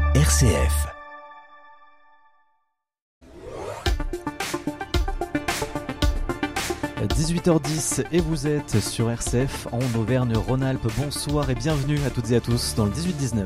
RCF. « 18h10 et vous êtes sur RCF en Auvergne-Rhône-Alpes. Bonsoir et bienvenue à toutes et à tous dans le 18-19.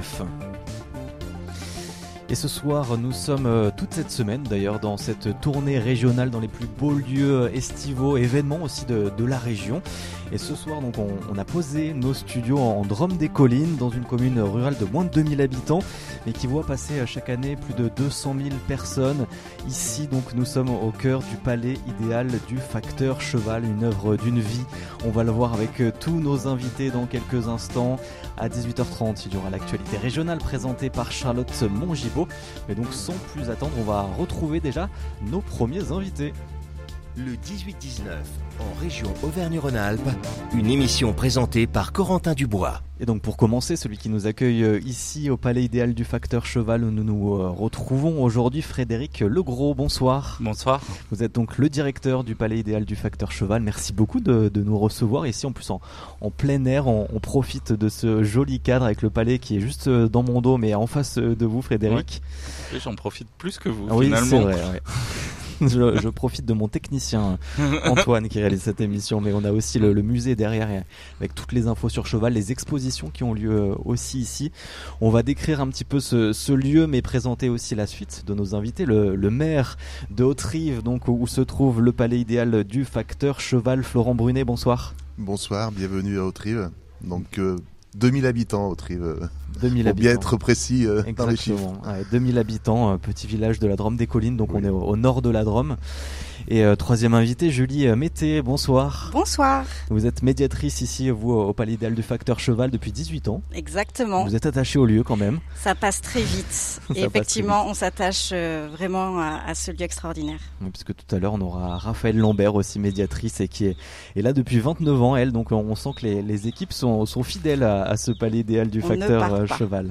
Et ce soir, nous sommes toute cette semaine d'ailleurs dans cette tournée régionale dans les plus beaux lieux estivaux, événements aussi de la région. Et ce soir, donc, on a posé nos studios en Drôme-des-Collines, dans une commune rurale de moins de 2000 habitants, mais qui voit passer chaque année plus de 200 000 personnes. Ici, donc, nous sommes au cœur du palais idéal du Facteur Cheval, une œuvre d'une vie. On va le voir avec tous nos invités dans quelques instants. À 18h30, il y aura l'actualité régionale présentée par Charlotte Mongibaud. Mais donc, sans plus attendre, on va retrouver déjà nos premiers invités. Le 18-19, en région Auvergne-Rhône-Alpes, une émission présentée par Corentin Dubois. Et donc pour commencer, celui qui nous accueille ici au Palais idéal du Facteur Cheval, où nous nous retrouvons aujourd'hui, Frédéric Legros, bonsoir. Bonsoir. Vous êtes donc le directeur du Palais idéal du Facteur Cheval. Merci beaucoup de nous recevoir ici, en plus en plein air. On profite de ce joli cadre avec le palais qui est juste dans mon dos, mais en face de vous, Frédéric. Oui, j'en profite plus que vous, oui, finalement. C'est vrai, ouais. Je profite de mon technicien Antoine qui réalise cette émission, mais on a aussi le musée derrière avec toutes les infos sur cheval, les expositions qui ont lieu aussi ici. On va décrire un petit peu ce lieu, mais présenter aussi la suite de nos invités. Le maire de Haute-Rive, donc où se trouve le palais idéal du Facteur Cheval, Florent Brunet, bonsoir. Bonsoir, bienvenue à Haute-Rive. Donc 2000 habitants Haute-Rive. 2000 Pour habitants. Bien être précis dans les chiffres. Ouais, 2000 habitants, petit village de la Drôme-des-Collines, donc oui. On est au nord de la Drôme. Et troisième invité, Julie Mété, bonsoir. Bonsoir. Vous êtes médiatrice ici, vous, au Palais idéal du Facteur Cheval depuis 18 ans. Exactement. Vous êtes attachée au lieu quand même. Ça passe très vite. Et effectivement, on s'attache vraiment à ce lieu extraordinaire. Oui, puisque tout à l'heure, on aura Raphaël Lambert aussi, médiatrice, et qui est là depuis 29 ans, elle. Donc on sent que les équipes sont fidèles à ce Palais idéal du Facteur Cheval.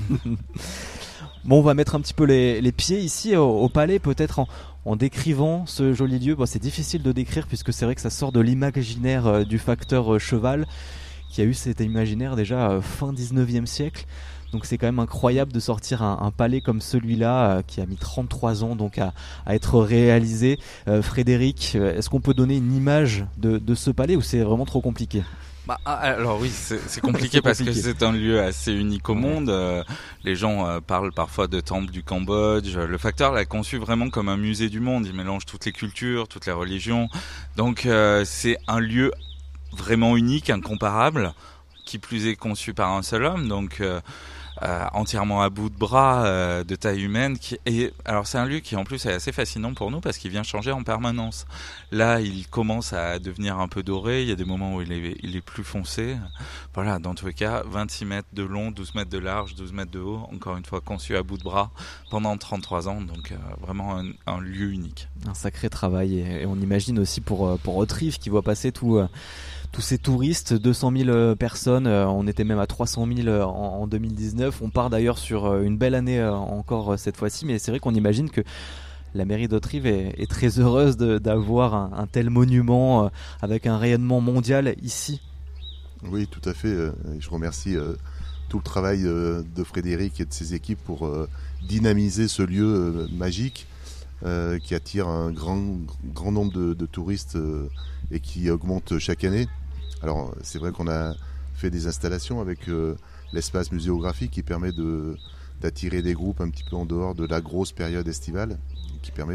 Bon, on va mettre un petit peu les pieds ici au palais, peut-être en décrivant ce joli lieu. Bon, c'est difficile de décrire puisque c'est vrai que ça sort de l'imaginaire du Facteur Cheval, qui a eu cet imaginaire déjà fin 19e siècle. Donc c'est quand même incroyable de sortir un palais comme celui-là qui a mis 33 ans donc à être réalisé. Frédéric, est-ce qu'on peut donner une image de ce palais ou c'est vraiment trop compliqué ? Alors oui, c'est compliqué parce que c'est un lieu assez unique au monde. Les gens parlent parfois de temple du Cambodge. Le Facteur l'a conçu vraiment comme un musée du monde. Il mélange toutes les cultures, toutes les religions. Donc c'est un lieu vraiment unique, incomparable, qui plus est conçu par un seul homme. Donc entièrement à bout de bras, de taille humaine. Alors c'est un lieu qui en plus est assez fascinant pour nous parce qu'il vient changer en permanence. Là, il commence à devenir un peu doré. Il y a des moments où il est plus foncé. Voilà, dans tous les cas, 26 mètres de long, 12 mètres de large, 12 mètres de haut. Encore une fois, conçu à bout de bras pendant 33 ans. Donc vraiment un lieu unique. Un sacré travail. Et on imagine aussi pour Haute-Rive qui voit passer tous ces touristes, 200 000 personnes, on était même à 300 000 en 2019. On part d'ailleurs sur une belle année encore cette fois-ci, mais c'est vrai qu'on imagine que la mairie d'Haute-Rive est très heureuse d'avoir un tel monument avec un rayonnement mondial ici. Oui, tout à fait. Je remercie tout le travail de Frédéric et de ses équipes pour dynamiser ce lieu magique qui attire un grand nombre de touristes et qui augmente chaque année. Alors c'est vrai qu'on a fait des installations avec l'espace muséographique qui permet d'attirer des groupes un petit peu en dehors de la grosse période estivale, qui permet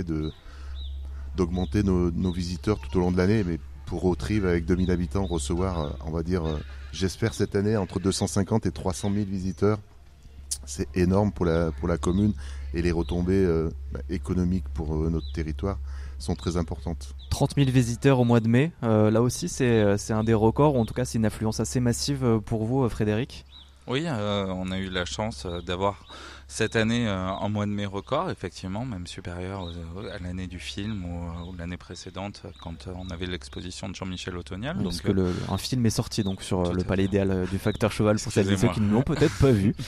d'augmenter nos visiteurs tout au long de l'année. Mais pour Haute-Rive, avec 2000 habitants, recevoir, on va dire, j'espère cette année, entre 250 et 300 000 visiteurs, c'est énorme pour la commune et les retombées économiques pour notre territoire sont très importantes. 30 000 visiteurs au mois de mai, là aussi c'est un des records, ou en tout cas c'est une affluence assez massive pour vous, Frédéric. Oui, on a eu la chance d'avoir cette année un mois de mai record, effectivement, même supérieur à l'année du film ou l'année précédente quand on avait l'exposition de Jean-Michel Autonial. Oui, donc, parce que un film est sorti donc sur le Palais idéal du Facteur Cheval pour celles et ceux qui ne l'ont peut-être pas vu.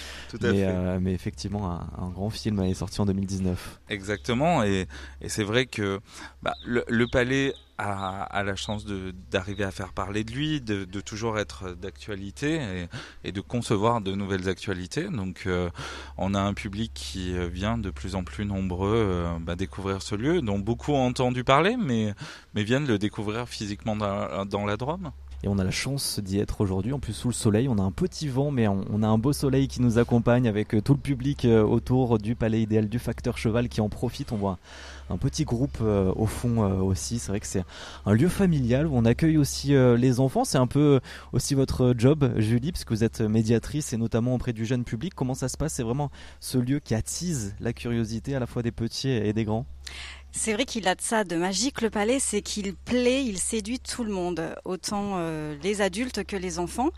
Mais effectivement, un grand film est sorti en 2019. Exactement, et c'est vrai que le Palais a la chance d'arriver à faire parler de lui, de toujours être d'actualité et de concevoir de nouvelles actualités. Donc on a un public qui vient de plus en plus nombreux découvrir ce lieu, dont beaucoup ont entendu parler, mais viennent le découvrir physiquement dans la Drôme. Et on a la chance d'y être aujourd'hui, en plus sous le soleil. On a un petit vent, mais on a un beau soleil qui nous accompagne avec tout le public autour du Palais Idéal du Facteur Cheval qui en profite. On voit un petit groupe au fond aussi. C'est vrai que c'est un lieu familial où on accueille aussi les enfants. C'est un peu aussi votre job, Julie, puisque vous êtes médiatrice et notamment auprès du jeune public. Comment ça se passe ? C'est vraiment ce lieu qui attise la curiosité à la fois des petits et des grands ? C'est vrai qu'il a de ça de magique, le palais, c'est qu'il plaît, il séduit tout le monde, autant les adultes que les enfants.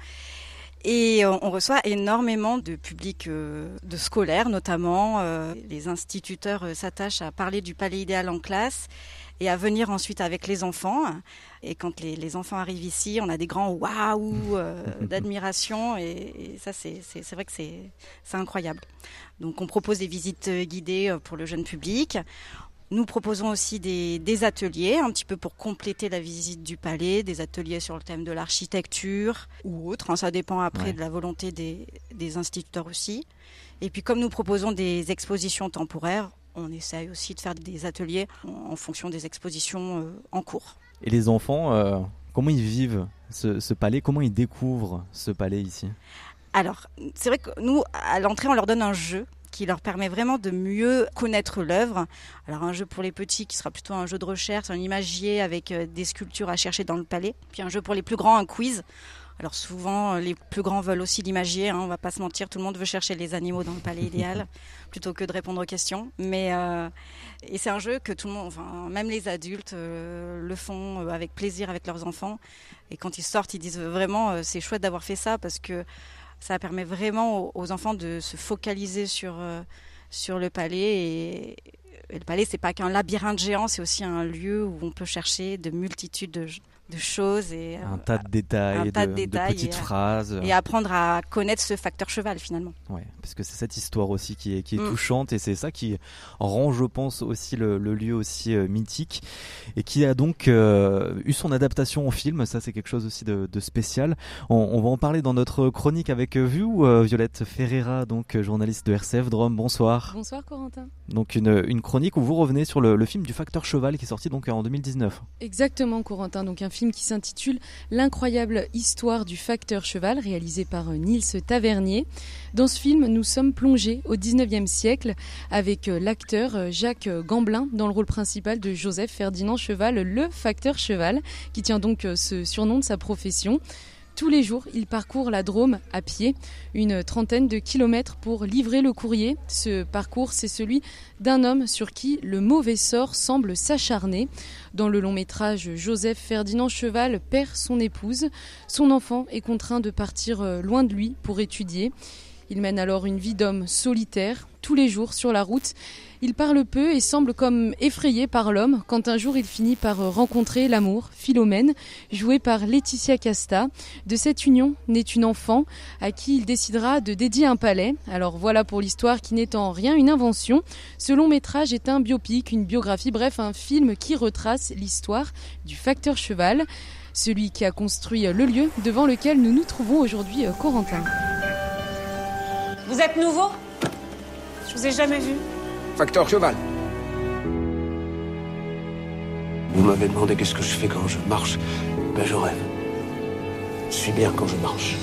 Et on reçoit énormément de public de scolaires notamment. Les instituteurs s'attachent à parler du palais idéal en classe et à venir ensuite avec les enfants. Et quand les enfants arrivent ici, on a des grands waouh d'admiration et ça c'est vrai que c'est incroyable. Donc on propose des visites guidées pour le jeune public. Nous proposons aussi des ateliers, un petit peu pour compléter la visite du palais, des ateliers sur le thème de l'architecture ou autre, ça dépend après de la volonté des instituteurs aussi. Et puis comme nous proposons des expositions temporaires, on essaye aussi de faire des ateliers en fonction des expositions en cours. Et les enfants, comment ils vivent ce palais ? Comment ils découvrent ce palais ici ? Alors, c'est vrai que nous, à l'entrée, on leur donne un jeu qui leur permet vraiment de mieux connaître l'œuvre. Alors un jeu pour les petits qui sera plutôt un jeu de recherche, un imagier avec des sculptures à chercher dans le palais. Puis un jeu pour les plus grands, un quiz. Alors souvent, les plus grands veulent aussi l'imagier, on va pas se mentir, tout le monde veut chercher les animaux dans le palais idéal plutôt que de répondre aux questions. Mais et c'est un jeu que tout le monde, enfin même les adultes le font avec plaisir avec leurs enfants. Et quand ils sortent, ils disent vraiment c'est chouette d'avoir fait ça parce que ça permet vraiment aux enfants de se focaliser sur le palais. Et le palais, c'est pas qu'un labyrinthe géant, c'est aussi un lieu où on peut chercher de multitudes de choses. Et, un tas de détails, de petites phrases. Et apprendre à connaître ce facteur cheval finalement. Ouais, parce que c'est cette histoire aussi qui est touchante et c'est ça qui rend, je pense, aussi le lieu aussi mythique et qui a donc eu son adaptation en film. Ça, c'est quelque chose aussi de spécial. On va en parler dans notre chronique avec vous, Violette Ferreira, donc journaliste de RCF Drôme. Bonsoir. Bonsoir Corentin. Donc une chronique où vous revenez sur le film du Facteur Cheval qui est sorti donc en 2019. Exactement Corentin, donc un film qui s'intitule L'incroyable histoire du Facteur Cheval, réalisé par Nils Tavernier. Dans ce film, nous sommes plongés au 19e siècle avec l'acteur Jacques Gamblin dans le rôle principal de Joseph Ferdinand Cheval, le Facteur Cheval, qui tient donc ce surnom de sa profession. Tous les jours, il parcourt la Drôme à pied, une 30aine de kilomètres pour livrer le courrier. Ce parcours, c'est celui d'un homme sur qui le mauvais sort semble s'acharner. Dans le long métrage, Joseph Ferdinand Cheval perd son épouse. Son enfant est contraint de partir loin de lui pour étudier. Il mène alors une vie d'homme solitaire, tous les jours sur la route. Il parle peu et semble comme effrayé par l'homme quand un jour il finit par rencontrer l'amour, Philomène, jouée par Laetitia Casta. De cette union naît une enfant à qui il décidera de dédier un palais. Alors voilà pour l'histoire qui n'est en rien une invention. Ce long métrage est un biopic, une biographie, bref un film qui retrace l'histoire du Facteur Cheval, celui qui a construit le lieu devant lequel nous nous trouvons aujourd'hui, Corentin. Vous êtes nouveau ? Je vous ai jamais vu. Facteur Cheval. Vous m'avez demandé qu'est-ce que je fais quand je marche. Ben je rêve. Je suis bien quand je marche.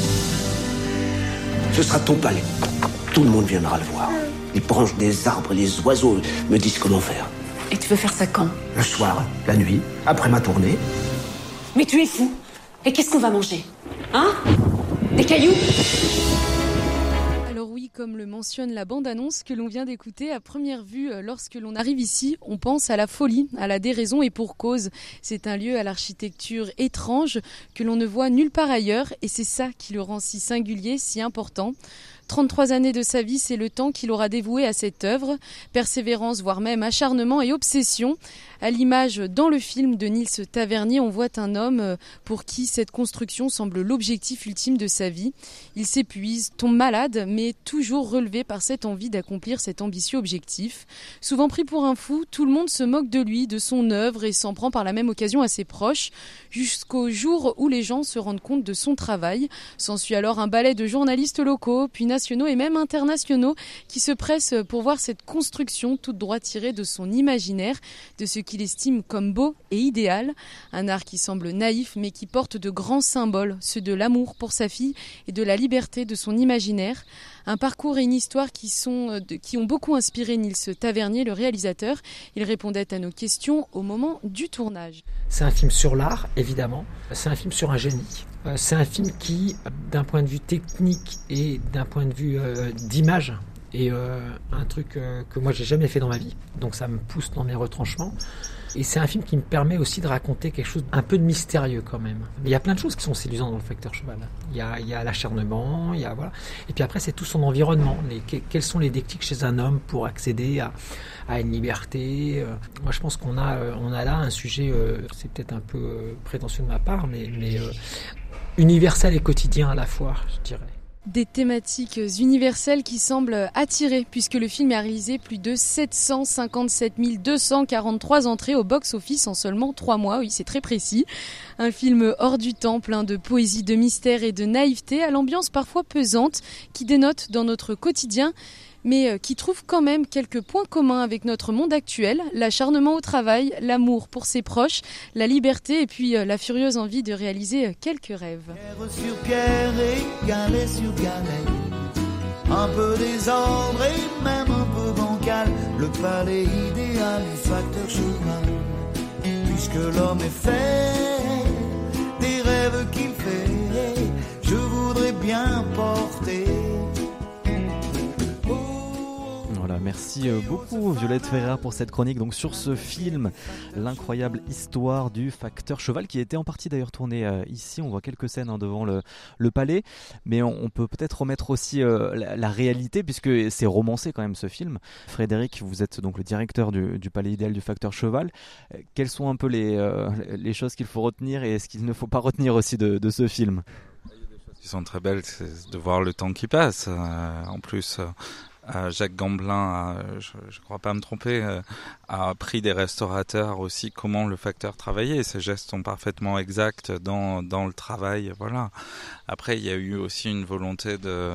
Ce sera ton palais. Tout le monde viendra le voir. Les branches des arbres, les oiseaux me disent comment faire. Et tu veux faire ça quand ? Le soir, la nuit, après ma tournée. Mais tu es fou. Et qu'est-ce qu'on va manger ? Hein ? Des cailloux ? Comme le mentionne la bande-annonce que l'on vient d'écouter, à première vue, lorsque l'on arrive ici, on pense à la folie, à la déraison et pour cause. C'est un lieu à l'architecture étrange que l'on ne voit nulle part ailleurs et c'est ça qui le rend si singulier, si important. 33 années de sa vie, c'est le temps qu'il aura dévoué à cette œuvre. Persévérance, voire même acharnement et obsession. À l'image dans le film de Nils Tavernier, on voit un homme pour qui cette construction semble l'objectif ultime de sa vie. Il s'épuise, tombe malade, mais toujours relevé par cette envie d'accomplir cet ambitieux objectif. Souvent pris pour un fou, tout le monde se moque de lui, de son œuvre et s'en prend par la même occasion à ses proches, jusqu'au jour où les gens se rendent compte de son travail. S'ensuit alors un balai de journalistes locaux, puis nationaux et même internationaux qui se pressent pour voir cette construction toute droit tirée de son imaginaire, de ce qu'il estime comme beau et idéal. Un art qui semble naïf mais qui porte de grands symboles, ceux de l'amour pour sa fille et de la liberté de son imaginaire. Un parcours et une histoire qui ont beaucoup inspiré Nils Tavernier, le réalisateur. Il répondait à nos questions au moment du tournage. C'est un film sur l'art, évidemment. C'est un film sur un génie. C'est un film qui, d'un point de vue technique et d'un point de vue d'image, est un truc que moi j'ai jamais fait dans ma vie. Donc ça me pousse dans mes retranchements. Et c'est un film qui me permet aussi de raconter quelque chose un peu de mystérieux quand même. Il y a plein de choses qui sont séduisantes dans le facteur cheval. Il y a l'acharnement, voilà. Et puis après c'est tout son environnement. Quels sont les déclics chez un homme pour accéder à une liberté. Moi je pense qu'on a là un sujet, c'est peut-être un peu prétentieux de ma part, mais universel et quotidien à la fois, je dirais. Des thématiques universelles qui semblent attirer, puisque le film a réalisé plus de 757 243 entrées au box-office en seulement 3 mois. Oui, c'est très précis. Un film hors du temps, plein de poésie, de mystère et de naïveté, à l'ambiance parfois pesante, qui dénote dans notre quotidien, mais qui trouve quand même quelques points communs avec notre monde actuel, l'acharnement au travail, l'amour pour ses proches, la liberté et puis la furieuse envie de réaliser quelques rêves. Pierre sur pierre et galet sur galet, un peu désordre et même un peu bancal, le palais idéal du facteur cheval, puisque l'homme est fait des rêves qu'il fait, je voudrais bien porter. Merci beaucoup Violette Ferrer pour cette chronique donc sur ce film, l'incroyable histoire du facteur cheval, qui était en partie d'ailleurs tourné ici. On voit quelques scènes devant le palais, mais on peut peut-être remettre aussi la réalité, puisque c'est romancé quand même ce film. Frédéric, vous êtes donc le directeur du palais idéal du facteur cheval. Quelles sont un peu les choses qu'il faut retenir et ce qu'il ne faut pas retenir aussi de ce film? Qui sont très belles, c'est de voir le temps qui passe. En plus, Jacques Gamblin, je crois pas me tromper, a appris des restaurateurs aussi comment le facteur travaillait. Ces gestes sont parfaitement exacts dans le travail. Voilà. Après, il y a eu aussi une volonté de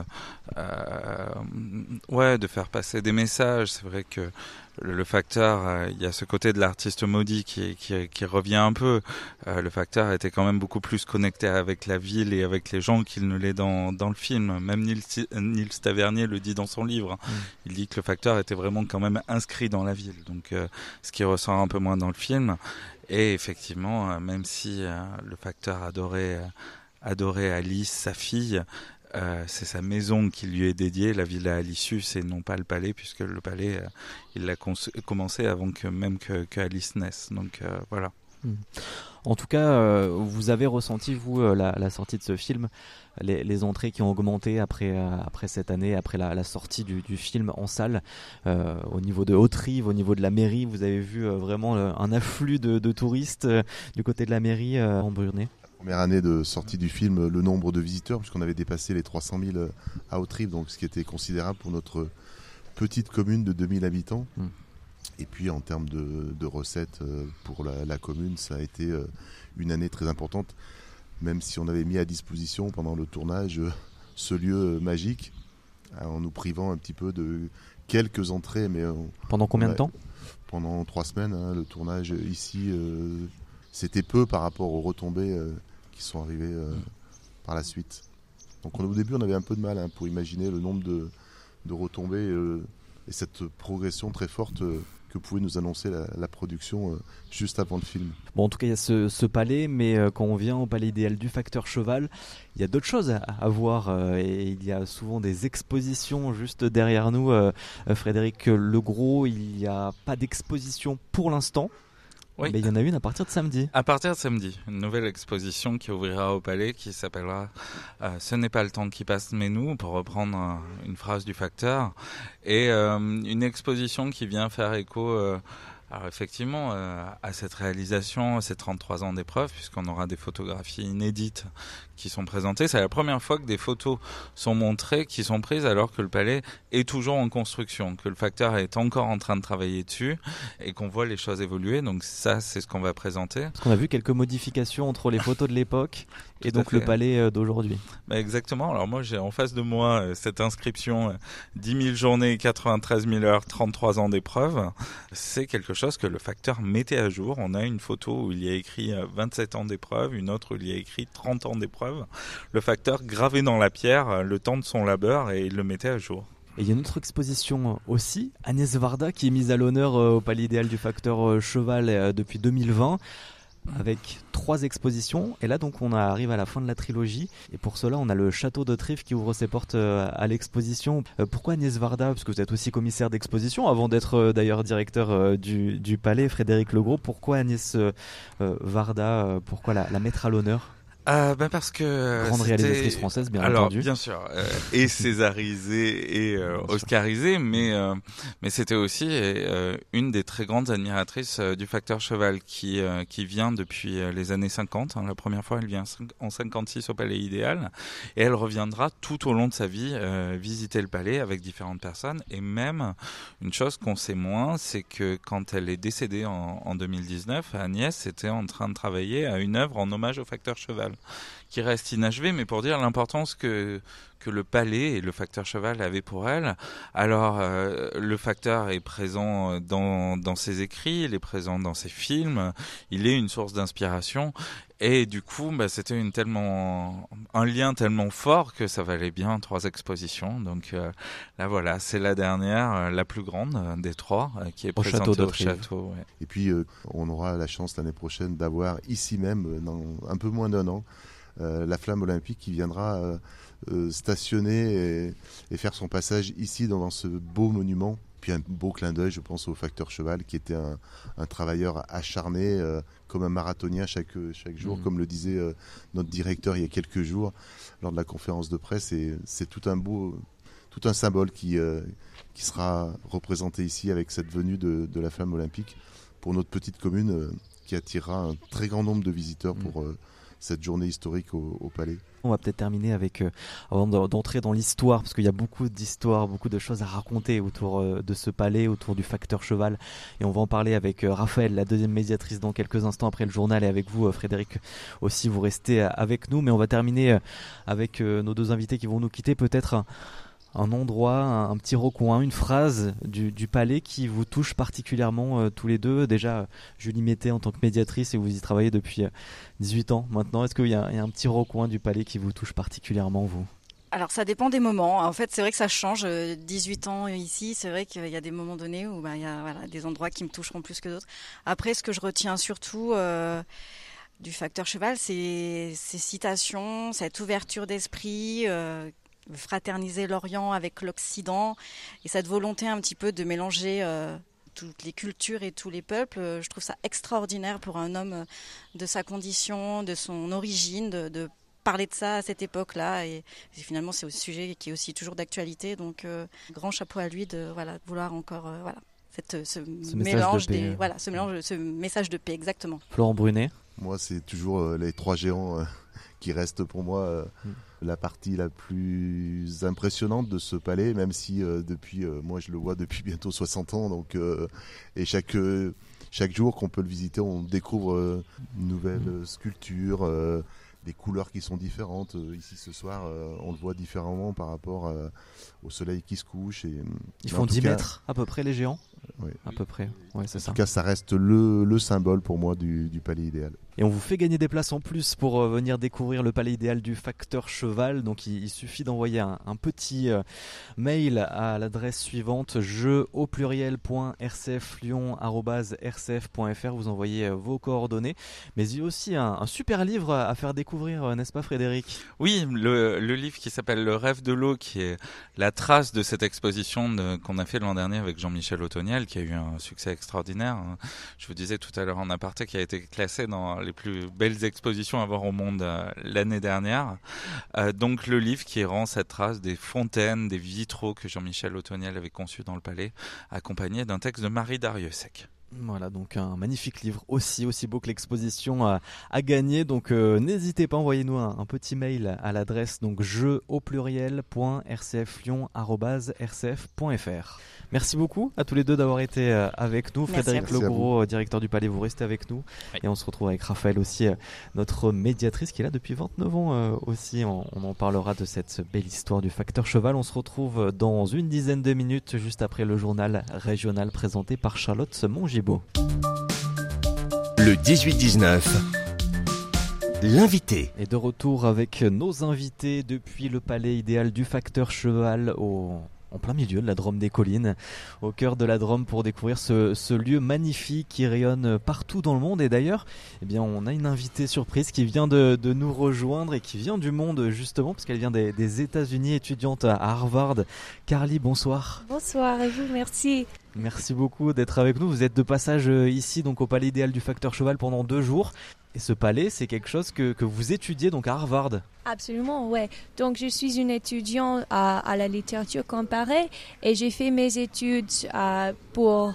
faire passer des messages. C'est vrai que le facteur, il y a ce côté de l'artiste maudit qui revient un peu. Le facteur était quand même beaucoup plus connecté avec la ville et avec les gens qu'il ne l'est dans le film. Même Nils Tavernier le dit dans son livre. Il dit que le facteur était vraiment quand même inscrit dans la ville. Donc, ce qui ressort un peu moins dans le film. Et effectivement, même si le facteur adorait Alice, sa fille, c'est sa maison qui lui est dédiée, la villa Alicius, et non pas le palais, puisque le palais, il l'a commencé avant que Alice naisse. Donc voilà. En tout cas, vous avez ressenti, vous, la sortie de ce film, les entrées qui ont augmenté après cette année, après la sortie du film en salle, au niveau de Haute-Rive, au niveau de la mairie, vous avez vu vraiment un afflux de touristes du côté de la mairie en Brunei? Première année de sortie du film, le nombre de visiteurs, puisqu'on avait dépassé les 300 000 à Haute-Rive, donc ce qui était considérable pour notre petite commune de 2000 habitants. Et puis en termes de recettes pour la commune, ça a été une année très importante, même si on avait mis à disposition pendant le tournage ce lieu magique, en nous privant un petit peu de quelques entrées. Mais pendant combien de temps? Pendant 3 semaines, le tournage ici, c'était peu par rapport aux retombées qui sont arrivées par la suite. Donc au début, on avait un peu de mal pour imaginer le nombre de retombées et cette progression très forte que pouvait nous annoncer la production juste avant le film. Bon, en tout cas, il y a ce palais, mais quand on vient au palais idéal du facteur cheval, il y a d'autres choses à voir et il y a souvent des expositions juste derrière nous. Frédéric Legros, il n'y a pas d'exposition pour l'instant. Oui. Mais il y en a une à partir de samedi. À partir de samedi, une nouvelle exposition qui ouvrira au Palais qui s'appellera Ce n'est pas le temps qui passe mais nous, pour reprendre une phrase du Facteur. Et une exposition qui vient faire écho alors effectivement à cette réalisation, ces 33 ans d'épreuve, puisqu'on aura des photographies inédites qui sont présentées. C'est la première fois que des photos sont montrées, qui sont prises alors que le palais est toujours en construction, que le Facteur est encore en train de travailler dessus et qu'on voit les choses évoluer. Donc ça, c'est ce qu'on va présenter. Parce qu'on a vu quelques modifications entre les photos de l'époque et donc le palais d'aujourd'hui. Bah exactement. Alors moi, j'ai en face de moi cette inscription 10 000 journées, 93 000 heures, 33 ans d'épreuve. C'est quelque chose que le Facteur mettait à jour. On a une photo où il y a écrit 27 ans d'épreuve, une autre où il y a écrit 30 ans d'épreuve. Le Facteur gravait dans la pierre le temps de son labeur et il le mettait à jour. Et il y a une autre exposition aussi, Agnès Varda, qui est mise à l'honneur au Palais idéal du Facteur Cheval depuis 2020. Avec 3 expositions, et là donc on arrive à la fin de la trilogie, et pour cela on a le château de Trives qui ouvre ses portes à l'exposition. Pourquoi Agnès Varda? Parce que vous êtes aussi commissaire d'exposition avant d'être d'ailleurs directeur du Palais, Frédéric Legros. Pourquoi Agnès Varda? Pourquoi la mettre à l'honneur? Parce que grande réalisatrice française, bien entendu. Bien sûr, et césarisée et oscarisée, mais c'était aussi une des très grandes admiratrices du Facteur Cheval qui vient depuis les années 50. La première fois, elle vient en 56 au Palais Idéal, et elle reviendra tout au long de sa vie visiter le palais avec différentes personnes. Et même une chose qu'on sait moins, c'est que quand elle est décédée en 2019, Agnès était en train de travailler à une œuvre en hommage au Facteur Cheval, qui reste inachevée, mais pour dire l'importance que le palais et le Facteur Cheval avaient pour elle. Alors, le Facteur est présent dans ses écrits, il est présent dans ses films, il est une source d'inspiration, et du coup, c'était un lien tellement fort que ça valait bien 3 expositions. Donc là, voilà, c'est la dernière, la plus grande des 3, qui est présentée au château. Ouais. Et puis, on aura la chance l'année prochaine d'avoir ici même, dans un peu moins d'1 an, la flamme olympique qui viendra stationner et faire son passage ici dans ce beau monument. Puis un beau clin d'œil, je pense, au Facteur Cheval, qui était un travailleur acharné, comme un marathonien chaque jour, comme le disait notre directeur il y a quelques jours lors de la conférence de presse. Et c'est tout un symbole qui sera représenté ici avec cette venue de la flamme olympique pour notre petite commune qui attirera un très grand nombre de visiteurs pour cette journée historique au Palais. On va peut-être terminer avec, avant d'entrer dans l'histoire, parce qu'il y a beaucoup d'histoires, beaucoup de choses à raconter autour de ce palais, autour du Facteur Cheval. Et on va en parler avec Raphaël, la deuxième médiatrice, dans quelques instants après le journal, et avec vous, Frédéric, aussi, vous restez avec nous. Mais on va terminer avec nos 2 invités qui vont nous quitter. Peut-être un endroit, un petit recoin, une phrase du palais qui vous touche particulièrement tous les deux. Déjà, Julie Mété en tant que médiatrice, et vous y travaillez depuis 18 ans maintenant. Est-ce qu'il y a un petit recoin du palais qui vous touche particulièrement, vous? Alors ça dépend des moments. En fait, c'est vrai que ça change. 18 ans ici, c'est vrai qu'il y a des moments donnés où il y a des endroits qui me toucheront plus que d'autres. Après, ce que je retiens surtout du Facteur Cheval, c'est ces citations, cette ouverture d'esprit, fraterniser l'Orient avec l'Occident, et cette volonté un petit peu de mélanger toutes les cultures et tous les peuples. Je trouve ça extraordinaire pour un homme de sa condition, de son origine, de parler de ça à cette époque-là. Et finalement, c'est un sujet qui est aussi toujours d'actualité. Donc, grand chapeau à lui de vouloir encore ce mélange ce message de paix, exactement. Florent Brunet. Moi, c'est toujours les 3 géants qui restent pour moi la partie la plus impressionnante de ce palais, même si moi je le vois depuis bientôt 60 ans, donc et chaque jour qu'on peut le visiter, on découvre une nouvelle sculpture, des couleurs qui sont différentes. Ici ce soir, on le voit différemment par rapport au soleil qui se couche. Ils font 10 mètres à peu près, les géants. Oui. À peu près, ouais, c'est ça. En tout cas, ça reste le symbole pour moi du Palais Idéal. Et on vous fait gagner des places en plus pour venir découvrir le Palais Idéal du Facteur Cheval. Donc il suffit d'envoyer un petit mail à l'adresse suivante, jeu@rcflyon@rcf.fr. Vous envoyez vos coordonnées. Mais il y a aussi un super livre à faire découvrir découvrir, n'est-ce pas Frédéric ? Oui, le livre qui s'appelle Le rêve de l'eau, qui est la trace de cette exposition qu'on a fait l'an dernier avec Jean-Michel Ottoniel, qui a eu un succès extraordinaire. Je vous disais tout à l'heure en aparté qui a été classé dans les plus belles expositions à voir au monde l'année dernière. Donc le livre qui rend cette trace des fontaines, des vitraux que Jean-Michel Ottoniel avait conçus dans le palais, accompagné d'un texte de Marie Dariussec. Voilà, donc un magnifique livre aussi beau que l'exposition à gagner. Donc n'hésitez pas, envoyez-nous un petit mail à l'adresse donc jeu@rcf-lyon@rcf.fr. Merci beaucoup à tous les deux d'avoir été avec nous. Frédéric Legros, directeur du Palais, vous restez avec nous. Oui. Et on se retrouve avec Raphaël aussi, notre médiatrice qui est là depuis 29 ans aussi. On en parlera de cette belle histoire du facteur cheval. On se retrouve dans une dizaine de minutes juste après le journal régional présenté par Charlotte Mongibaud. Le 18-19, l'invité. Et de retour avec nos invités depuis le Palais idéal du facteur cheval en plein milieu de la Drôme des Collines, au cœur de la Drôme, pour découvrir ce lieu magnifique qui rayonne partout dans le monde. Et d'ailleurs, on a une invitée surprise qui vient de nous rejoindre et qui vient du monde justement, parce qu'elle vient des États-Unis, étudiante à Harvard. Carly, bonsoir. Bonsoir et vous, merci. Merci beaucoup d'être avec nous. Vous êtes de passage ici donc au Palais idéal du facteur cheval pendant 2 jours. Et ce palais, c'est quelque chose que vous étudiez donc à Harvard. Absolument, ouais. Donc je suis une étudiante à la littérature comparée et j'ai fait mes études pour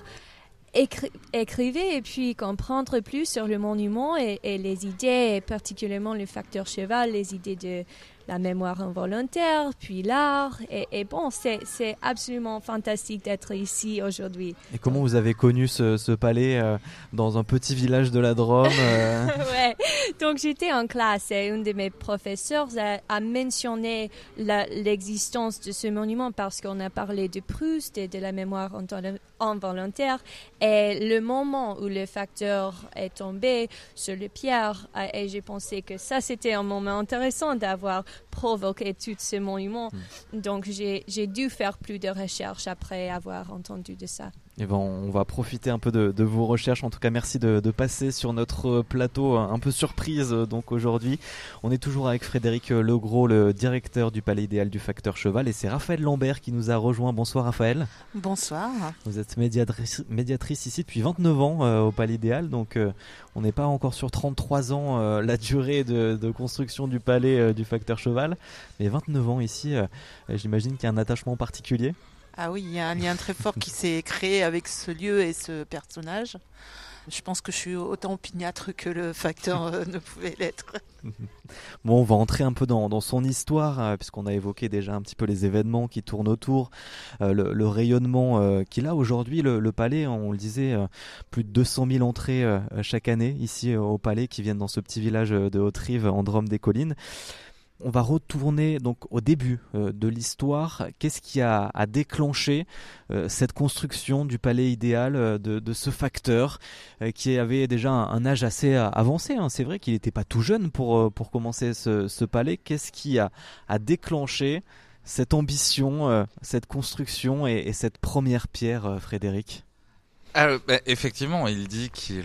écrire et puis comprendre plus sur le monument et les idées, et particulièrement le facteur cheval, les idées de la mémoire involontaire, puis l'art. Et bon, c'est absolument fantastique d'être ici aujourd'hui. Et comment vous avez connu ce palais dans un petit village de la Drôme Ouais, donc j'étais en classe et une de mes professeurs a mentionné l'existence de ce monument parce qu'on a parlé de Proust et de la mémoire involontaire. Et le moment où le facteur est tombé sur le pierre, et j'ai pensé que ça, c'était un moment intéressant d'avoir provoqué tout ce monument. Donc, j'ai dû faire plus de recherches après avoir entendu de ça. Et on va profiter un peu de vos recherches. En tout cas, merci de passer sur notre plateau un peu surprise. Donc aujourd'hui, on est toujours avec Frédéric Legros, le directeur du Palais idéal du facteur cheval, et c'est Raphaël Lambert qui nous a rejoint. Bonsoir Raphaël. Bonsoir. Vous êtes médiatrice ici depuis 29 ans au Palais idéal. Donc on n'est pas encore sur 33 ans la durée de construction du Palais du facteur cheval, mais 29 ans ici. J'imagine qu'il y a un attachement particulier. Ah oui, il y a un lien très fort qui s'est créé avec ce lieu et ce personnage. Je pense que je suis autant opiniâtre que le facteur ne pouvait l'être. Bon, on va entrer un peu dans son histoire, puisqu'on a évoqué déjà un petit peu les événements qui tournent autour, le rayonnement qu'il a aujourd'hui, le palais. On le disait, plus de 200 000 entrées chaque année ici au palais qui viennent dans ce petit village de Haute-Rive en Drôme des Collines. On va retourner donc au début de l'histoire. Qu'est-ce qui a déclenché cette construction du palais idéal de ce facteur qui avait déjà un âge assez avancé, hein. C'est vrai qu'il n'était pas tout jeune pour commencer ce palais. Qu'est-ce qui a déclenché cette ambition, cette construction et cette première pierre, Frédéric ? Effectivement, il dit qu'il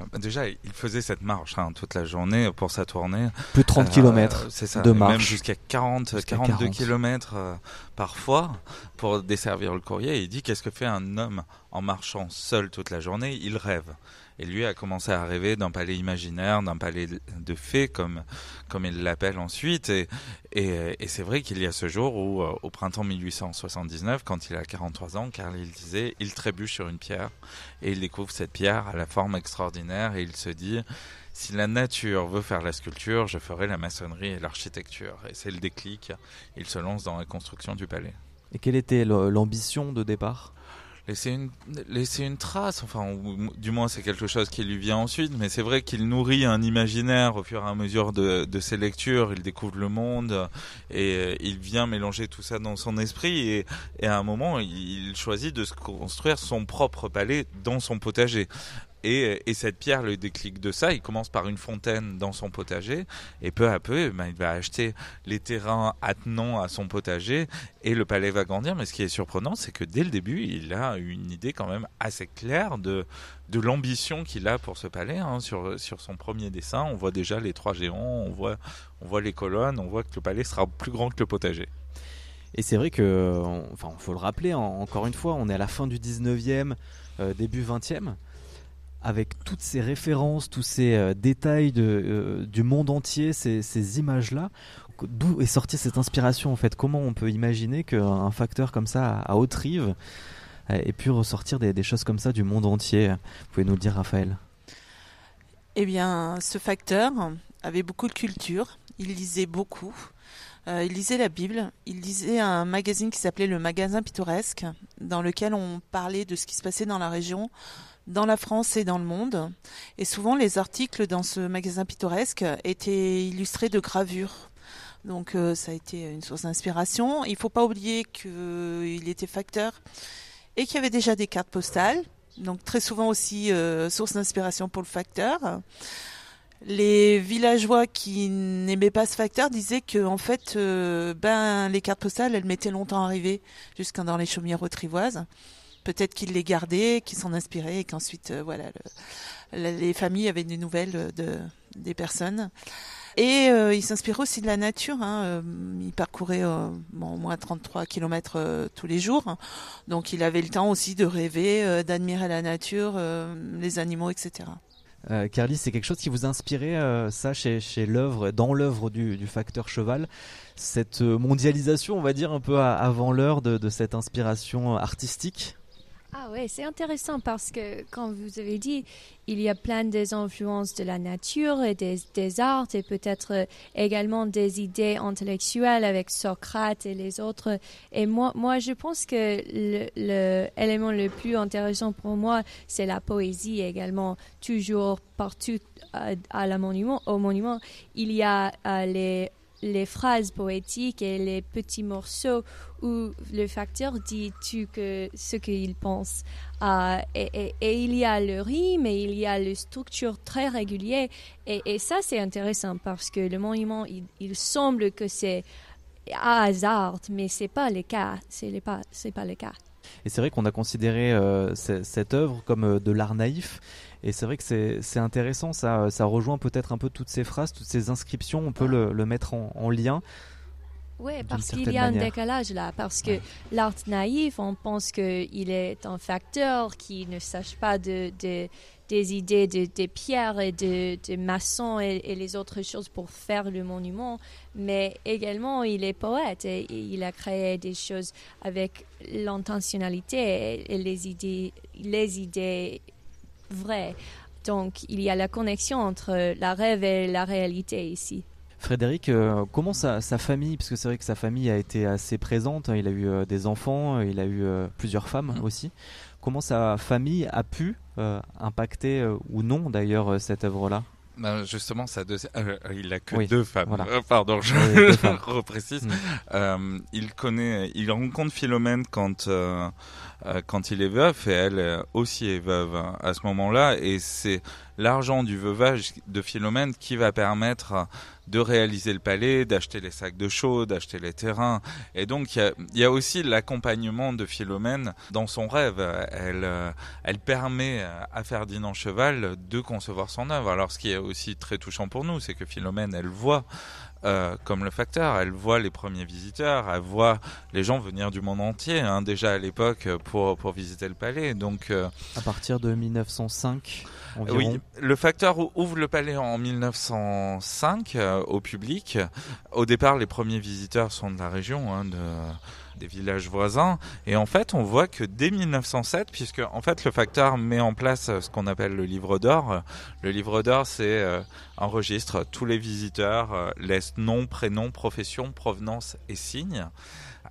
il faisait cette marche toute la journée pour sa tournée. Plus de 30 km c'est ça, de marche. Même jusqu'à 42 km parfois pour desservir le courrier. Et il dit qu'est-ce que fait un homme en marchant seul toute la journée ? Il rêve. Et lui a commencé à rêver d'un palais imaginaire, d'un palais de fées, comme il l'appelle ensuite. Et c'est vrai qu'il y a ce jour où, au printemps 1879, quand il a 43 ans, Carl, il disait, il trébuche sur une pierre et il découvre cette pierre à la forme extraordinaire et il se dit, si la nature veut faire la sculpture, je ferai la maçonnerie et l'architecture. Et c'est le déclic. Il se lance dans la construction du palais. Et quelle était l'ambition de départ ? Laisser une trace, ou du moins c'est quelque chose qui lui vient ensuite, mais c'est vrai qu'il nourrit un imaginaire au fur et à mesure de ses lectures, il découvre le monde et il vient mélanger tout ça dans son esprit et à un moment il choisit de se construire son propre palais dans son potager. Et cette pierre, le déclic de ça, il commence par une fontaine dans son potager, et peu à peu, il va acheter les terrains attenants à son potager, et le palais va grandir. Mais ce qui est surprenant, c'est que dès le début, il a une idée quand même assez claire de l'ambition qu'il a pour ce palais. Sur son premier dessin, on voit déjà les 3 géants, on voit les colonnes, on voit que le palais sera plus grand que le potager. Et c'est vrai que, faut le rappeler, encore une fois, on est à la fin du 19e, début 20e, avec toutes ces références, tous ces détails du monde entier, ces images-là. D'où est sortie cette inspiration en fait? Comment on peut imaginer qu'un facteur comme ça à Haute-Rive ait pu ressortir des choses comme ça du monde entier? Vous pouvez nous le dire, Raphaël? Eh bien, ce facteur avait beaucoup de culture, il lisait beaucoup. Il lisait la Bible, il lisait un magazine qui s'appelait le Magasin Pittoresque, dans lequel on parlait de ce qui se passait dans la région, dans la France et dans le monde. Et souvent, les articles dans ce Magasin Pittoresque étaient illustrés de gravures. Donc ça a été une source d'inspiration. Il ne faut pas oublier qu'il était facteur et qu'il y avait déjà des cartes postales. Donc très souvent aussi source d'inspiration pour le facteur. Les villageois qui n'aimaient pas ce facteur disaient que en fait, les cartes postales, elles mettaient longtemps à arriver, jusqu'à dans les chaumières hauterivoises. Peut-être qu'ils les gardaient, qu'ils s'en inspiraient et qu'ensuite, les familles avaient des nouvelles des personnes. Et il s'inspirait aussi de la nature. Il parcourait au moins 33 km tous les jours. Donc il avait le temps aussi de rêver, d'admirer la nature, les animaux, etc. Carly, c'est quelque chose qui vous a inspiré, ça, dans l'œuvre du facteur Cheval, cette mondialisation, on va dire, un peu avant l'heure de cette inspiration artistique? Ah ouais, c'est intéressant parce que, comme vous avez dit, il y a plein des influences de la nature et des arts et peut-être également des idées intellectuelles avec Socrate et les autres. Et moi je pense que l'élément le plus intéressant pour moi, c'est la poésie également. Toujours partout au monument, il y a les phrases poétiques et les petits morceaux où le facteur dit ce qu'il pense. Et il y a le rythme et il y a la structure très régulière. Et ça, c'est intéressant parce que le monument, il semble que c'est à hasard, mais c'est pas le cas. C'est pas le cas. Et c'est vrai qu'on a considéré cette œuvre comme de l'art naïf. Et c'est vrai que c'est intéressant, ça rejoint peut-être un peu toutes ces phrases, toutes ces inscriptions, on peut le mettre en lien. Oui, parce qu'il y a un décalage là, parce que l'art naïf, on pense qu'il est un facteur qui ne sache pas des idées des pierres et de maçons et les autres choses pour faire le monument, mais également il est poète et il a créé des choses avec l'intentionnalité et les idées vraies. Donc il y a la connexion entre la rêve et la réalité ici. Frédéric, comment sa famille, parce que c'est vrai que sa famille a été assez présente, il a eu des enfants, il a eu plusieurs femmes aussi, comment sa famille a pu impacter ou non d'ailleurs cette œuvre-là? Justement, il n'a que deux femmes. Voilà. Pardon, je reprécise. Il rencontre Philomène quand il est veuf, et elle aussi est veuve à ce moment-là, et c'est l'argent du veuvage de Philomène qui va permettre de réaliser le palais, d'acheter les sacs de chaux, d'acheter les terrains. Et donc, il y a aussi l'accompagnement de Philomène dans son rêve. Elle permet à Ferdinand Cheval de concevoir son œuvre. Alors, ce qui est aussi très touchant pour nous, c'est que Philomène, elle voit, comme le facteur, elle voit les premiers visiteurs, elle voit les gens venir du monde entier, déjà à l'époque, pour visiter le palais. Donc, à partir de 1905 environ. Oui, le facteur ouvre le palais en 1905 au public. Au départ, les premiers visiteurs sont de la région, des villages voisins. Et en fait, on voit que dès 1907, puisque en fait le facteur met en place ce qu'on appelle le livre d'or. Le livre d'or, c'est un registre. Tous les visiteurs laissent nom, prénom, profession, provenance et signe.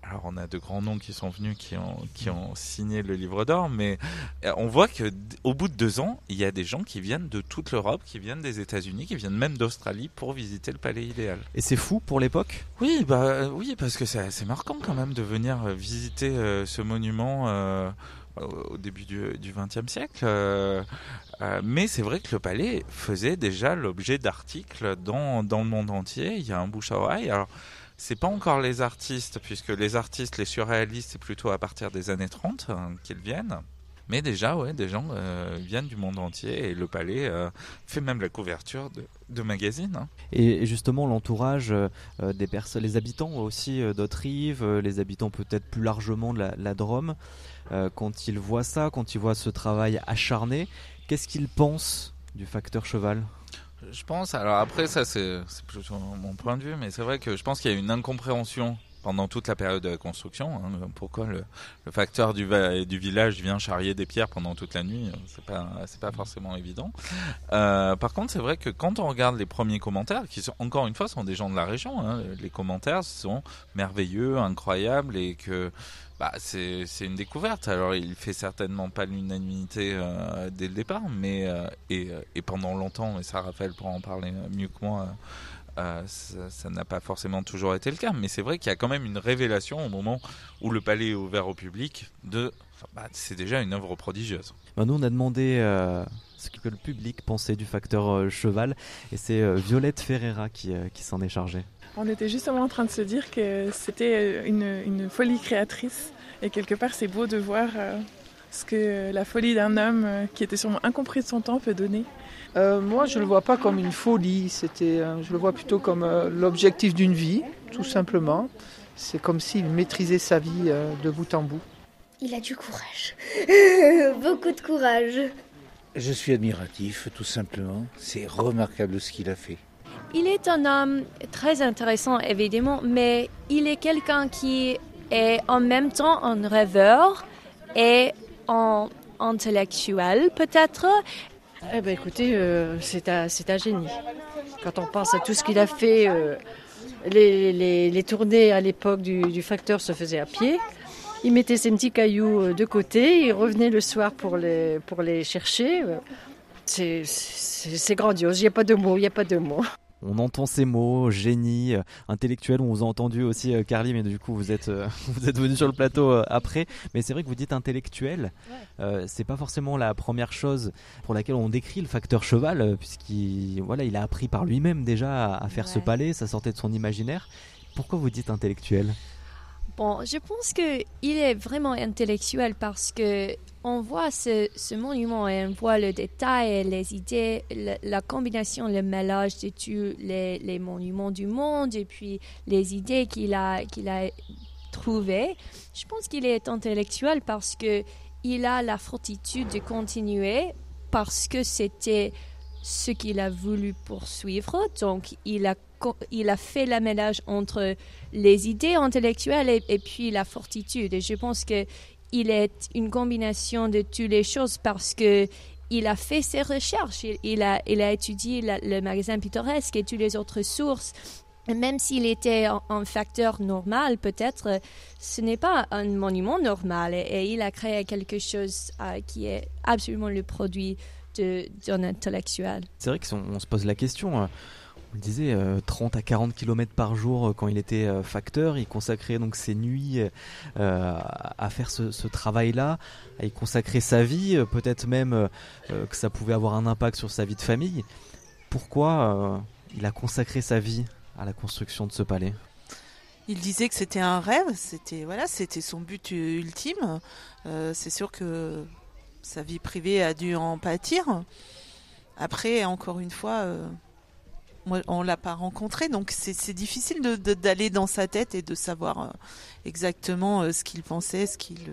alors on a de grands noms qui sont venus, qui ont signé le livre d'or, mais on voit que au bout de 2 ans, il y a des gens qui viennent de toute l'Europe, qui viennent des États-Unis, qui viennent même d'Australie pour visiter le Palais idéal. Et c'est fou pour l'époque ? Oui, parce que c'est assez marquant quand même de venir visiter ce monument au début du XXe siècle. Mais c'est vrai que le palais faisait déjà l'objet d'articles dans le monde entier. Il y a un bouche à oreille. Alors, c'est pas encore les artistes, puisque les artistes, les surréalistes, c'est plutôt à partir des années 30 qu'ils viennent. Mais déjà, des gens viennent du monde entier et le palais fait même la couverture de magazines. Et justement, l'entourage des personnes, les habitants aussi d'Haute-Rive, les habitants peut-être plus largement de la Drôme, quand ils voient ça, quand ils voient ce travail acharné, qu'est-ce qu'ils pensent du facteur cheval ? Je pense, alors après ça c'est plutôt mon point de vue, mais c'est vrai que je pense qu'il y a une incompréhension pendant toute la période de la construction. Pourquoi le facteur du village vient charrier des pierres pendant toute la nuit, c'est pas forcément évident. Par contre, c'est vrai que quand on regarde les premiers commentaires, qui sont, encore une fois, sont des gens de la région, les commentaires sont merveilleux, incroyables, et que c'est une découverte. Alors, il fait certainement pas l'unanimité dès le départ, mais et pendant longtemps, et ça, Raphaël pourra en parler mieux que moi. Ça n'a pas forcément toujours été le cas, mais c'est vrai qu'il y a quand même une révélation au moment où le palais est ouvert au public c'est déjà une œuvre prodigieuse. Nous on a demandé ce que le public pensait du facteur cheval, et c'est Violette Ferreira qui s'en est chargée. On était justement en train de se dire que c'était une folie créatrice, et quelque part c'est beau de voir ce que la folie d'un homme qui était sûrement incompris de son temps peut donner. Moi, je ne le vois pas comme une folie, je le vois plutôt comme l'objectif d'une vie, tout simplement. C'est comme s'il maîtrisait sa vie de bout en bout. Il a du courage, beaucoup de courage. Je suis admiratif, tout simplement. C'est remarquable ce qu'il a fait. Il est un homme très intéressant, évidemment, mais il est quelqu'un qui est en même temps un rêveur et un intellectuel, peut-être. Écoutez, c'est un génie. Quand on pense à tout ce qu'il a fait, les tournées à l'époque du facteur se faisaient à pied. Il mettait ses petits cailloux de côté, il revenait le soir pour les chercher. C'est grandiose, il n'y a pas de mots. On entend ces mots, génie, intellectuel. On vous a entendu aussi, Carly, mais du coup vous êtes venu sur le plateau après. Mais c'est vrai que vous dites intellectuel. C'est pas forcément la première chose pour laquelle on décrit le facteur cheval, puisqu'il a appris par lui-même déjà à faire ce palais. Ça sortait de son imaginaire. Pourquoi vous dites intellectuel ? Bon, je pense qu'il est vraiment intellectuel parce que on voit ce monument et on voit le détail, les idées, la combinaison, le mélange de tous les monuments du monde et puis les idées qu'il a trouvées. Je pense qu'il est intellectuel parce qu'il a la fortitude de continuer parce que c'était ce qu'il a voulu poursuivre. Donc, il a fait le mélange entre les idées intellectuelles et puis la fortitude. Et je pense qu'il est une combination de toutes les choses parce que il a fait ses recherches. Il a étudié le magasin pittoresque et toutes les autres sources. Et même s'il était un facteur normal, peut-être, ce n'est pas un monument normal. Et il a créé quelque chose qui est absolument le produit d'un intellectuel. C'est vrai qu'on se pose la question. On le disait, 30 à 40 km par jour quand il était facteur. Il consacrait donc ses nuits à faire ce travail-là, à y consacrer sa vie, peut-être même que ça pouvait avoir un impact sur sa vie de famille. Pourquoi il a consacré sa vie à la construction de ce palais ? Il disait que c'était un rêve, c'était son but ultime. C'est sûr que sa vie privée a dû en pâtir. Après, encore une fois, on l'a pas rencontré, donc c'est difficile d'aller dans sa tête et de savoir exactement ce qu'il pensait,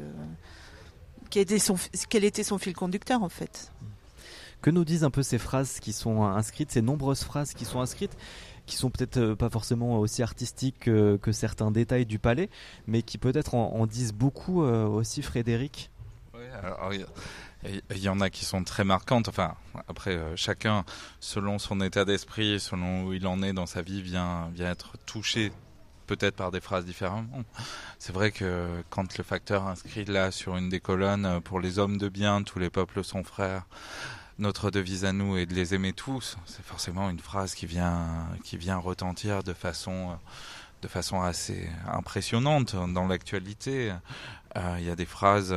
quel était son fil conducteur en fait. Que nous disent un peu ces phrases qui sont inscrites, ces nombreuses phrases qui sont inscrites, qui sont peut-être pas forcément aussi artistiques que certains détails du palais, mais qui peut-être en disent beaucoup aussi, Frédéric. Oui, alors il y en a qui sont très marquantes. Enfin, après, chacun, selon son état d'esprit, selon où il en est dans sa vie, vient être touché peut-être par des phrases différemment. C'est vrai que quand le facteur inscrit là sur une des colonnes « Pour les hommes de bien, tous les peuples sont frères », notre devise à nous est de les aimer tous, c'est forcément une phrase qui vient retentir de façon assez impressionnante dans l'actualité. Il y a des phrases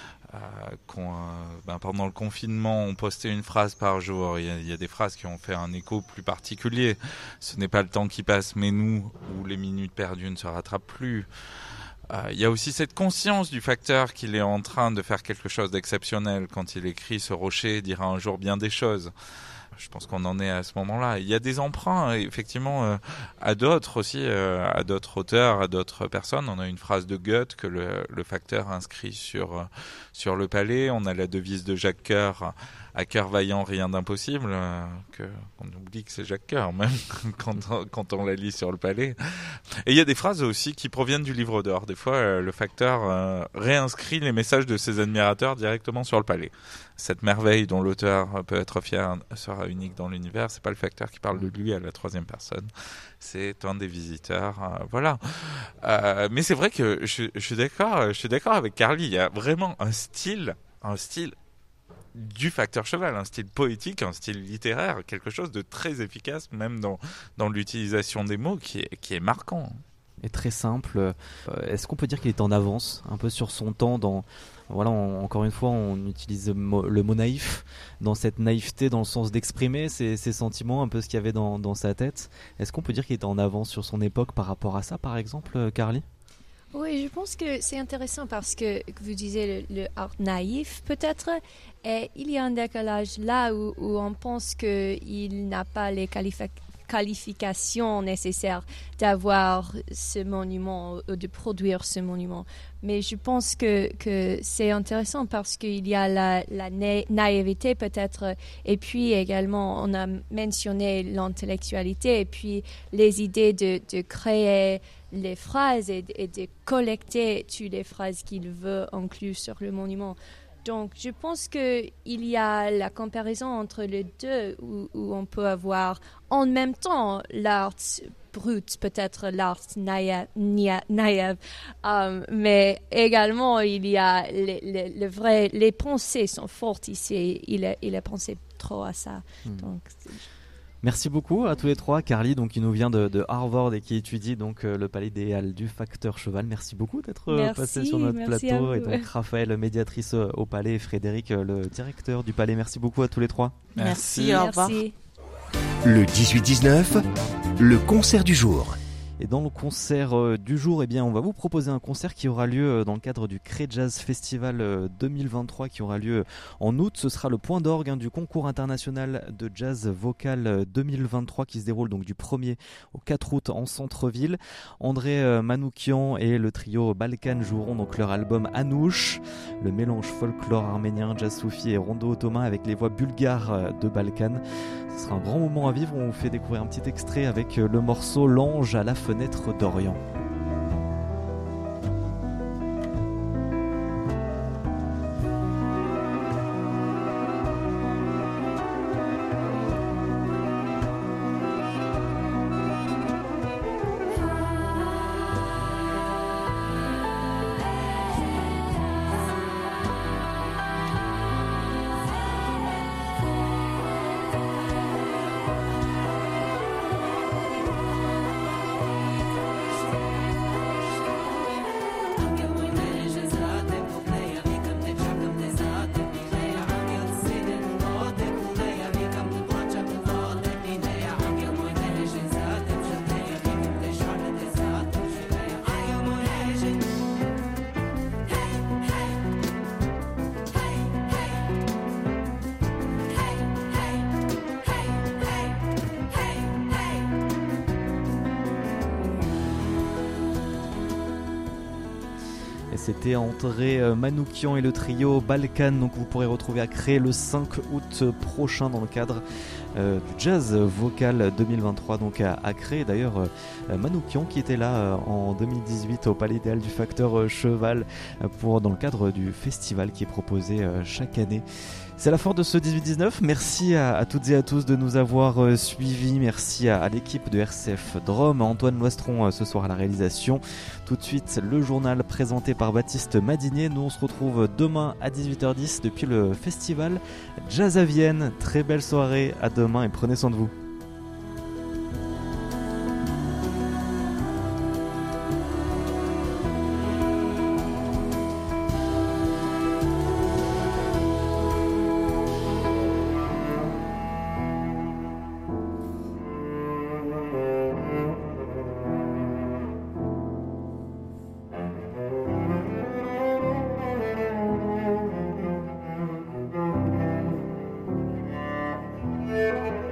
pendant le confinement, on postait une phrase par jour. Il y a des phrases qui ont fait un écho plus particulier. Ce n'est pas le temps qui passe, mais nous, où les minutes perdues ne se rattrapent plus. Il y a aussi cette conscience du facteur qu'il est en train de faire quelque chose d'exceptionnel. Quand il écrit « Ce rocher dira un jour bien des choses ». Je pense qu'on en est à ce moment-là. Il y a des emprunts, effectivement, à d'autres aussi, à d'autres auteurs, à d'autres personnes. On a une phrase de Goethe que le facteur inscrit sur le palais. On a la devise de Jacques Coeur, à cœur vaillant, rien d'impossible. On oublie que c'est Jacques Coeur, même, quand on la lit sur le palais. Et il y a des phrases aussi qui proviennent du livre d'or. Des fois, le facteur réinscrit les messages de ses admirateurs directement sur le palais. Cette merveille dont l'auteur peut être fier sera unique dans l'univers. C'est pas le facteur qui parle de lui à la troisième personne. C'est un des visiteurs. Voilà. Mais c'est vrai que je suis d'accord avec Carly. Il y a vraiment un style du facteur cheval, un style poétique, un style littéraire, quelque chose de très efficace, même dans l'utilisation des mots, qui est marquant. Et très simple. Est-ce qu'on peut dire qu'il est en avance, un peu sur son temps encore une fois, on utilise le mot naïf, dans cette naïveté, dans le sens d'exprimer ses sentiments, un peu ce qu'il y avait dans sa tête. Est-ce qu'on peut dire qu'il est en avance sur son époque par rapport à ça, par exemple, Carly ? Oui, je pense que c'est intéressant parce que vous disiez le art naïf peut-être, et il y a un décalage là où on pense qu'il n'a pas les qualifications nécessaires d'avoir ce monument ou de produire ce monument. Mais je pense que c'est intéressant parce qu'il y a la naïveté peut-être, et puis également on a mentionné l'intellectualité et puis les idées de créer les phrases et de collecter toutes les phrases qu'il veut inclure sur le monument. Donc, je pense qu'il y a la comparaison entre les deux où on peut avoir en même temps l'art brut, peut-être l'art naïf, mais également il y a les pensées sont fortes ici. Il a pensé trop à ça. Donc, merci beaucoup à tous les trois. Carly, donc, qui nous vient de Harvard et qui étudie donc le palais idéal du facteur cheval. Merci beaucoup d'être passé sur notre plateau. Et donc Raphaël, médiatrice au palais, et Frédéric, le directeur du palais. Merci beaucoup à tous les trois. Merci. Au revoir. Le 18-19, le concert du jour. Et dans le concert du jour, on va vous proposer un concert qui aura lieu dans le cadre du Cré Jazz Festival 2023 qui aura lieu en août. Ce sera le point d'orgue du concours international de jazz vocal 2023 qui se déroule donc du 1er au 4 août en centre-ville. André Manoukian et le trio Balkan joueront donc leur album Anouche, le mélange folklore arménien, jazz soufi et rondo ottoman avec les voix bulgares de Balkan. Ce sera un grand moment à vivre. On vous fait découvrir un petit extrait avec le morceau L'ange à la fenêtre d'Orient. C'était André Manoukian et le trio Balkan, donc vous pourrez retrouver à Cré le 5 août prochain dans le cadre du jazz vocal 2023 donc à créer. D'ailleurs Manoukian qui était là en 2018 au Palais Idéal du Facteur Cheval dans le cadre du festival qui est proposé chaque année. C'est la fin de ce 18-19. Merci à toutes et à tous de nous avoir suivis. Merci à l'équipe de RCF Drôme, à Antoine Loistron ce soir à la réalisation. Tout de suite, le journal présenté par Baptiste Madinier. Nous, on se retrouve demain à 18h10 depuis le festival Jazz à Vienne. Très belle soirée, à demain et prenez soin de vous. Thank you.